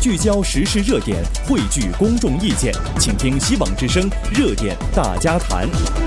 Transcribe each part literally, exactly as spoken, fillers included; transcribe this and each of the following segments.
聚焦时事热点，汇聚公众意见，请听希望之声热点大家谈。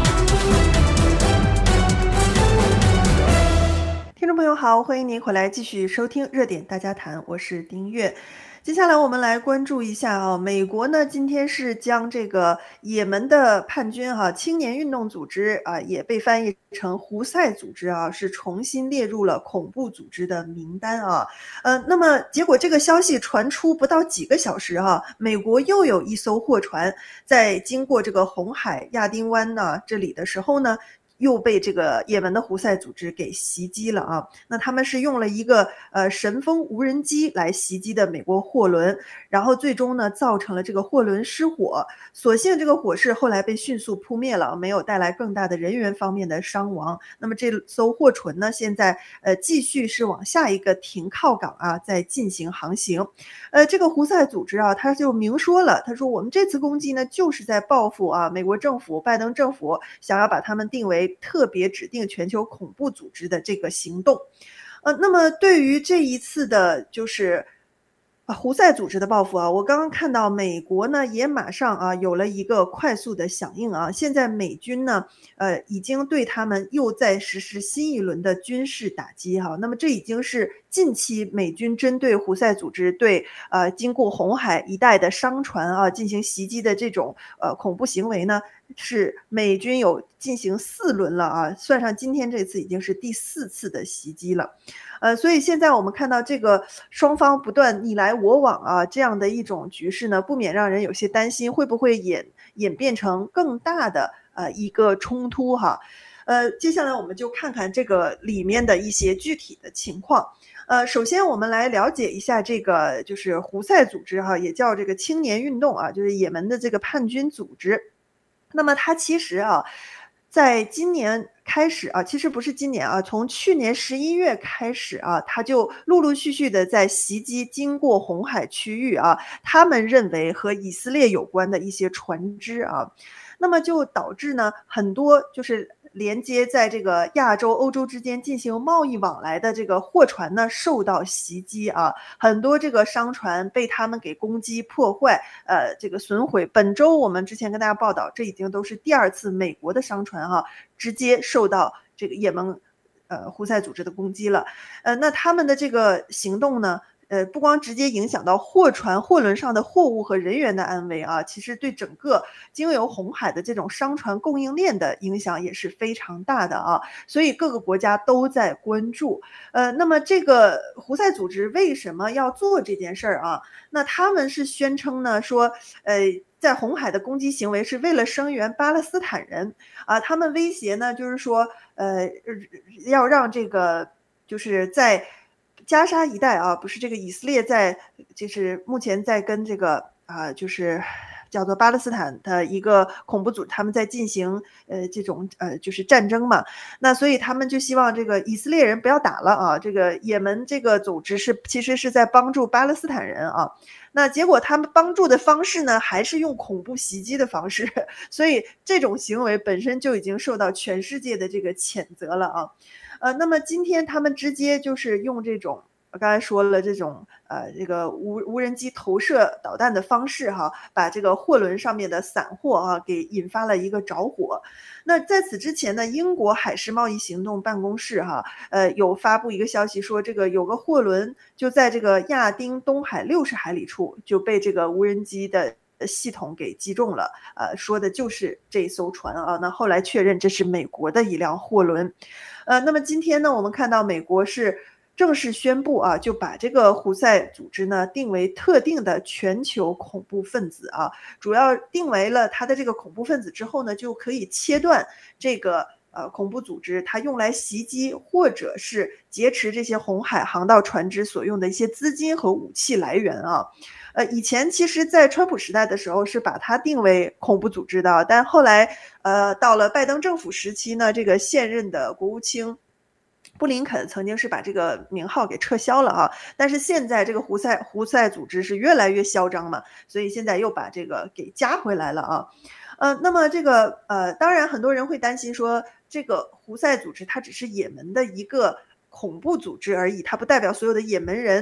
听众朋友好，欢迎您回来继续收听热点大家谈，我是丁月。接下来我们来关注一下啊，美国呢今天是将这个也门的叛军哈、啊、青年运动组织啊，也被翻译成胡塞组织啊，是重新列入了恐怖组织的名单啊。呃，那么结果这个消息传出不到几个小时哈、啊，美国又有一艘货船在经过这个红海亚丁湾呢这里的时候呢，又被这个也门的胡塞组织给袭击了啊！那他们是用了一个呃神风无人机来袭击的美国货轮，然后最终呢造成了这个货轮失火，所幸这个火势后来被迅速扑灭了，没有带来更大的人员方面的伤亡。那么这艘货船呢，现在呃继续是往下一个停靠港啊在进行航行。呃，这个胡塞组织啊，他就明说了，他说我们这次攻击呢就是在报复啊美国政府拜登政府想要把他们定为特别指定全球恐怖组织的这个行动。呃，那么对于这一次的就是啊，胡塞组织的报复啊，我刚刚看到美国呢也马上啊有了一个快速的响应啊，现在美军呢呃已经对他们又在实施新一轮的军事打击哈、啊，那么这已经是近期美军针对胡塞组织对呃经过红海一带的商船啊进行袭击的这种呃恐怖行为呢，是美军有进行四轮了啊，算上今天这次已经是第四次的袭击了。呃，所以现在我们看到这个双方不断你来我往啊，这样的一种局势呢，不免让人有些担心，会不会演演变成更大的呃一个冲突哈？呃，接下来我们就看看这个里面的一些具体的情况。呃，首先我们来了解一下这个就是胡塞组织哈，也叫这个青年运动啊，就是也门的这个叛军组织。那么它其实啊，在今年开始啊，其实不是今年啊，从去年十一月开始啊，它就陆陆续续的在袭击经过红海区域啊，他们认为和以色列有关的一些船只啊，那么就导致呢，很多就是连接在这个亚洲、欧洲之间进行贸易往来的这个货船呢受到袭击啊，很多这个商船被他们给攻击破坏，呃，这个损毁。本周我们之前跟大家报道，这已经都是第二次美国的商船哈、啊，直接受到这个也门呃胡塞组织的攻击了。呃，那他们的这个行动呢？呃，不光直接影响到货船、货轮上的货物和人员的安危啊，其实对整个经由红海的这种商船供应链的影响也是非常大的啊，所以各个国家都在关注。呃，那么这个胡塞组织为什么要做这件事儿啊？那他们是宣称呢说，呃，在红海的攻击行为是为了声援巴勒斯坦人啊，他们威胁呢就是说，呃，要让这个就是在加沙一带啊，不是这个以色列在，就是目前在跟这个啊、呃，就是叫做巴勒斯坦的一个恐怖组织，他们在进行呃这种呃就是战争嘛。那所以他们就希望这个以色列人不要打了啊，这个也门这个组织是其实是在帮助巴勒斯坦人啊。那结果他们帮助的方式呢，还是用恐怖袭击的方式，所以这种行为本身就已经受到全世界的这个谴责了啊。呃，那么今天他们直接就是用这种我刚才说了这种呃这个无无人机投射导弹的方式哈，把这个货轮上面的散货啊给引发了一个着火。那在此之前呢，英国海事贸易行动办公室哈，呃有发布一个消息说，这个有个货轮就在这个亚丁东海六十海里处就被这个无人机的系统给击中了，呃，说的就是这艘船啊。那后来确认这是美国的一辆货轮。呃，那么今天呢，我们看到美国是正式宣布啊，就把这个胡塞组织呢定为特定的全球恐怖分子啊，主要定为了它的这个恐怖分子之后呢，就可以切断这个呃恐怖组织它用来袭击或者是劫持这些红海航道船只所用的一些资金和武器来源啊。呃，以前其实在川普时代的时候是把它定为恐怖组织的，但后来呃到了拜登政府时期呢，这个现任的国务卿布林肯曾经是把这个名号给撤销了啊，但是现在这个胡塞胡塞组织是越来越嚣张嘛，所以现在又把这个给加回来了啊。呃，那么这个呃，当然很多人会担心说，这个胡塞组织它只是也门的一个恐怖组织而已，它不代表所有的也门人。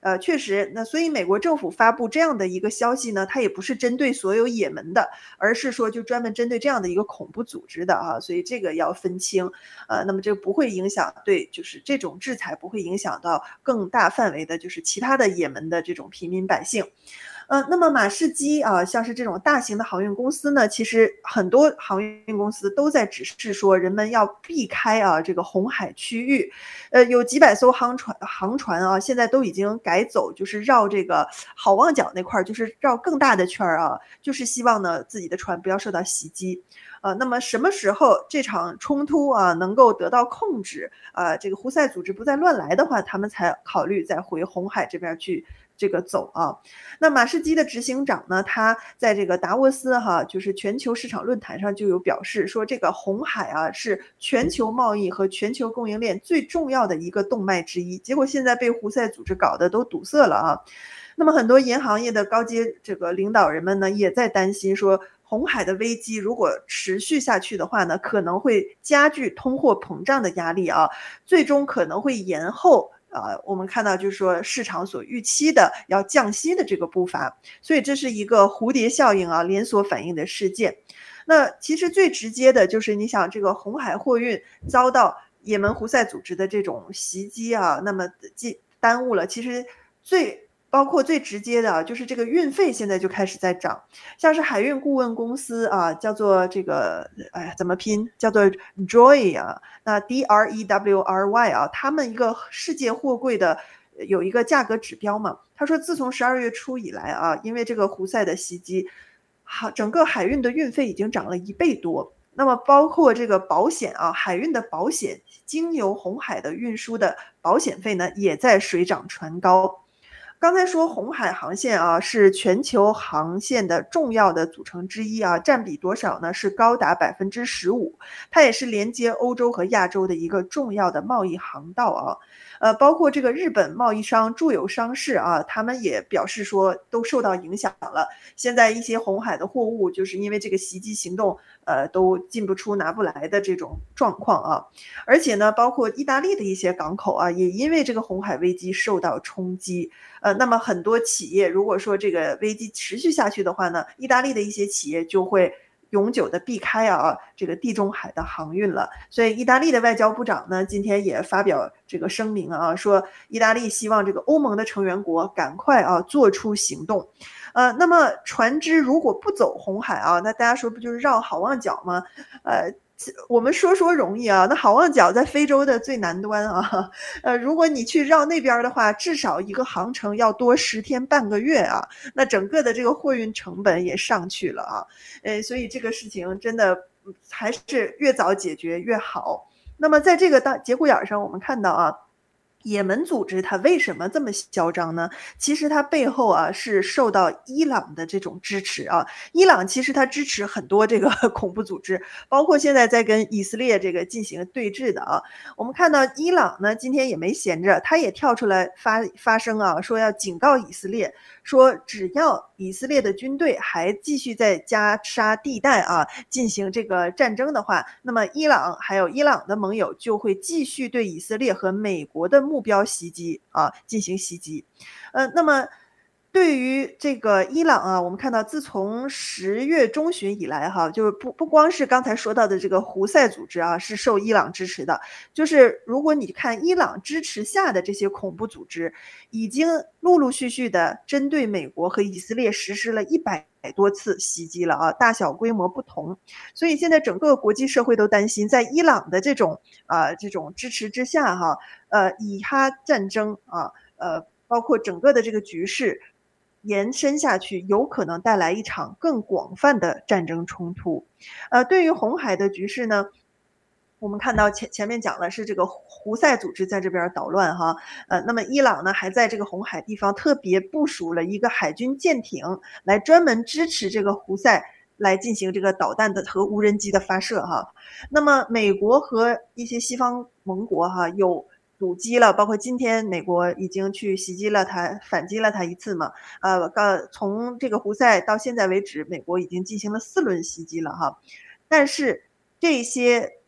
呃，确实，那所以美国政府发布这样的一个消息呢，它也不是针对所有也门的，而是说就专门针对这样的一个恐怖组织的啊，所以这个要分清。呃，那么这不会影响对，就是这种制裁不会影响到更大范围的，就是其他的也门的这种平民百姓。呃，那么马士基啊，像是这种大型的航运公司呢，其实很多航运公司都在指示说，人们要避开啊这个红海区域。呃，有几百艘航船航船啊，现在都已经改走，就是绕这个好望角那块儿，就是绕更大的圈儿啊，就是希望呢自己的船不要受到袭击。呃，那么什么时候这场冲突啊能够得到控制，啊，这个胡塞组织不再乱来的话，他们才考虑再回红海这边去这个走啊。那马士基的执行长呢，他在这个达沃斯哈，就是全球市场论坛上就有表示说，这个红海啊是全球贸易和全球供应链最重要的一个动脉之一，结果现在被胡塞组织搞得都堵塞了啊。那么很多银行业的高阶这个领导人们呢，也在担心说，红海的危机如果持续下去的话呢，可能会加剧通货膨胀的压力啊，最终可能会延后呃，我们看到就是说市场所预期的要降息的这个步伐，所以这是一个蝴蝶效应啊，连锁反应的事件。那其实最直接的就是你想这个红海货运遭到也门胡塞组织的这种袭击啊，那么既耽误了，其实最包括最直接的啊，就是这个运费现在就开始在涨。像是海运顾问公司啊，叫做这个哎呀，怎么拼？叫做 Drewry 啊，那 D R E W R Y 啊，他们一个世界货柜的有一个价格指标嘛，他说自从十二月初以来啊，因为这个胡塞的袭击，好，整个海运的运费已经涨了一倍多。那么包括这个保险啊，海运的保险，经由红海的运输的保险费呢，也在水涨船高。刚才说红海航线啊，是全球航线的重要的组成之一啊，占比多少呢？是高达百分之十五，它也是连接欧洲和亚洲的一个重要的贸易航道啊。呃，包括这个日本贸易商住友商事啊，他们也表示说都受到影响了。现在一些红海的货物就是因为这个袭击行动，呃，都进不出、拿不来的这种状况啊。而且呢，包括意大利的一些港口啊，也因为这个红海危机受到冲击。呃，那么很多企业如果说这个危机持续下去的话呢，意大利的一些企业就会永久的避开啊这个地中海的航运了。所以意大利的外交部长呢，今天也发表这个声明啊，说意大利希望这个欧盟的成员国赶快啊做出行动。呃，那么船只如果不走红海啊，那大家说不就是绕好望角吗？呃，我们说说容易啊，那好望角在非洲的最南端啊，呃，如果你去绕那边的话，至少一个航程要多十天半个月啊，那整个的这个货运成本也上去了啊，呃，所以这个事情真的还是越早解决越好。那么在这个当节骨眼上，我们看到啊，也门组织它为什么这么嚣张呢？其实它背后啊是受到伊朗的这种支持啊。伊朗其实它支持很多这个恐怖组织，包括现在在跟以色列这个进行对峙的啊。我们看到伊朗呢今天也没闲着，他也跳出来发发声啊，说要警告以色列，说只要以色列的军队还继续在加沙地带啊进行这个战争的话，那么伊朗还有伊朗的盟友就会继续对以色列和美国的目标袭击啊进行袭击。呃，那么对于这个伊朗啊，我们看到自从十月中旬以来哈，就是不不光是刚才说到的这个胡塞组织啊，是受伊朗支持的，就是如果你看伊朗支持下的这些恐怖组织，已经陆陆续续的针对美国和以色列实施了一百多次袭击了啊，大小规模不同。所以现在整个国际社会都担心，在伊朗的这种啊、呃、这种支持之下哈，呃，以哈战争啊，呃，包括整个的这个局势延伸下去，有可能带来一场更广泛的战争冲突。呃，对于红海的局势呢，我们看到前前面讲了是这个胡塞组织在这边捣乱哈，呃，那么伊朗呢还在这个红海地方特别部署了一个海军舰艇，来专门支持这个胡塞来进行这个导弹的和无人机的发射哈。那么美国和一些西方盟国哈有阻击了，包括今天美国已经去袭击了它，反击了它一次嘛。呃，刚从这个胡塞到现在为止，美国已经进行了四轮袭击了哈。但是这些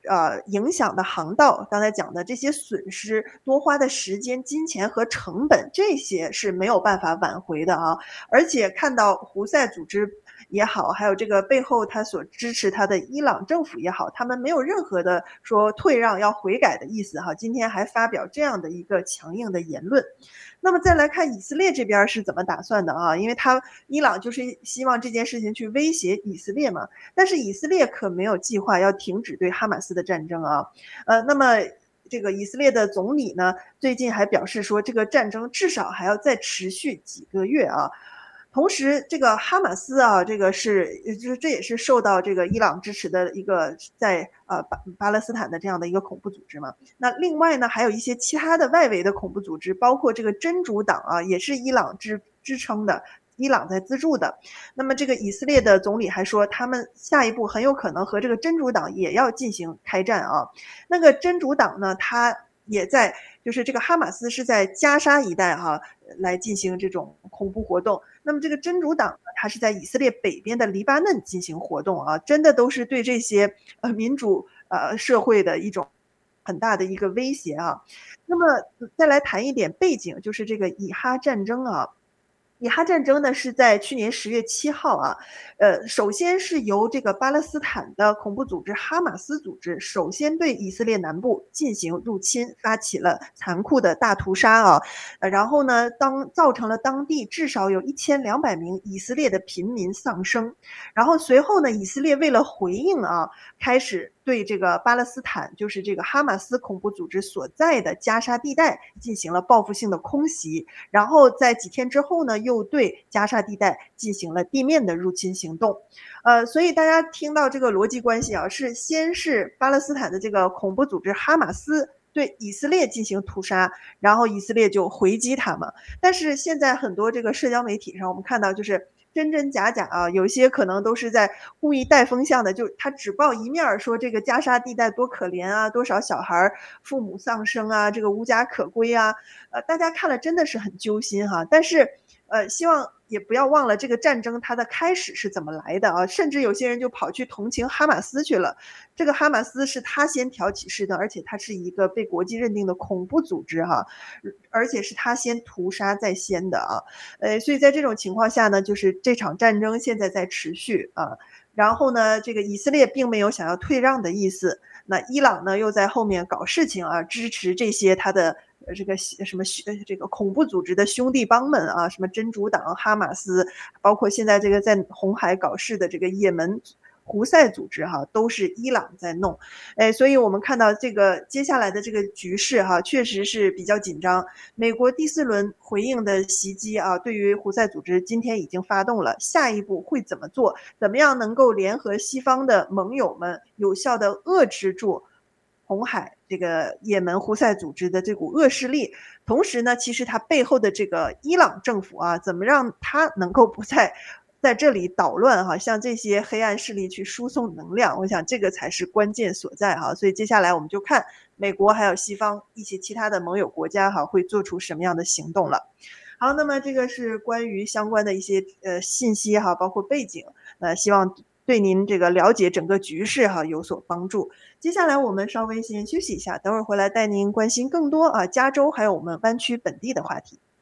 呃，影响的航道，刚才讲的这些损失，多花的时间、金钱和成本，这些是没有办法挽回的啊。而且看到胡塞组织也好，还有这个背后他所支持他的伊朗政府也好，他们没有任何的说退让要悔改的意思哈，今天还发表这样的一个强硬的言论。那么再来看以色列这边是怎么打算的啊，因为他伊朗就是希望这件事情去威胁以色列嘛，但是以色列可没有计划要停止对哈马斯的战争啊。呃，那么这个以色列的总理呢，最近还表示说这个战争至少还要再持续几个月啊。同时这个哈马斯啊，这个是就是这也是受到这个伊朗支持的一个在呃巴巴勒斯坦的这样的一个恐怖组织嘛。那另外呢，还有一些其他的外围的恐怖组织，包括这个真主党啊，也是伊朗支支撑的，伊朗在资助的。那么这个以色列的总理还说，他们下一步很有可能和这个真主党也要进行开战啊。那个真主党呢，他也在就是这个哈马斯是在加沙一带哈、啊、来进行这种恐怖活动。那么这个真主党呢，它是在以色列北边的黎巴嫩进行活动啊，真的都是对这些呃民主呃社会的一种很大的一个威胁啊。那么再来谈一点背景，就是这个以哈战争啊。以哈战争呢是在去年十月七号啊，呃，首先是由这个巴勒斯坦的恐怖组织哈马斯组织首先对以色列南部进行入侵，发起了残酷的大屠杀啊，呃，然后呢，当造成了当地至少有一千两百名以色列的平民丧生，然后随后呢，以色列为了回应啊，开始对这个巴勒斯坦，就是这个哈马斯恐怖组织所在的加沙地带进行了报复性的空袭，然后在几天之后呢，又对加沙地带进行了地面的入侵行动。呃，所以大家听到这个逻辑关系啊，是先是巴勒斯坦的这个恐怖组织哈马斯对以色列进行屠杀，然后以色列就回击他们。但是现在很多这个社交媒体上，我们看到就是真真假假啊，有些可能都是在故意带风向的，就他只报一面说这个加沙地带多可怜啊，多少小孩父母丧生啊，这个无家可归啊，呃，大家看了真的是很揪心哈。但是，呃，希望也不要忘了这个战争它的开始是怎么来的啊，甚至有些人就跑去同情哈马斯去了。这个哈马斯是他先挑起事端，而且他是一个被国际认定的恐怖组织哈，而且是他先屠杀在先的啊。呃，所以在这种情况下呢，就是这场战争现在在持续啊。然后呢，这个以色列并没有想要退让的意思，那伊朗呢又在后面搞事情啊，支持这些他的呃这个什么这个恐怖组织的兄弟帮们啊，什么真主党、哈马斯，包括现在这个在红海搞事的这个也门胡塞组织哈，都是伊朗在弄。哎，所以我们看到这个接下来的这个局势哈，确实是比较紧张。美国第四轮回应的袭击啊，对于胡塞组织今天已经发动了，下一步会怎么做？怎么样能够联合西方的盟友们，有效地遏制住红海这个也门胡塞组织的这股恶势力？同时呢，其实它背后的这个伊朗政府啊，怎么让它能够不再在这里捣乱哈，向这些黑暗势力去输送能量，我想这个才是关键所在哈。所以接下来我们就看美国还有西方一些其他的盟友国家哈，会做出什么样的行动了。好，那么这个是关于相关的一些呃信息哈，包括背景，呃，希望对您这个了解整个局势哈有所帮助。接下来我们稍微先休息一下，等会儿回来带您关心更多啊加州还有我们湾区本地的话题。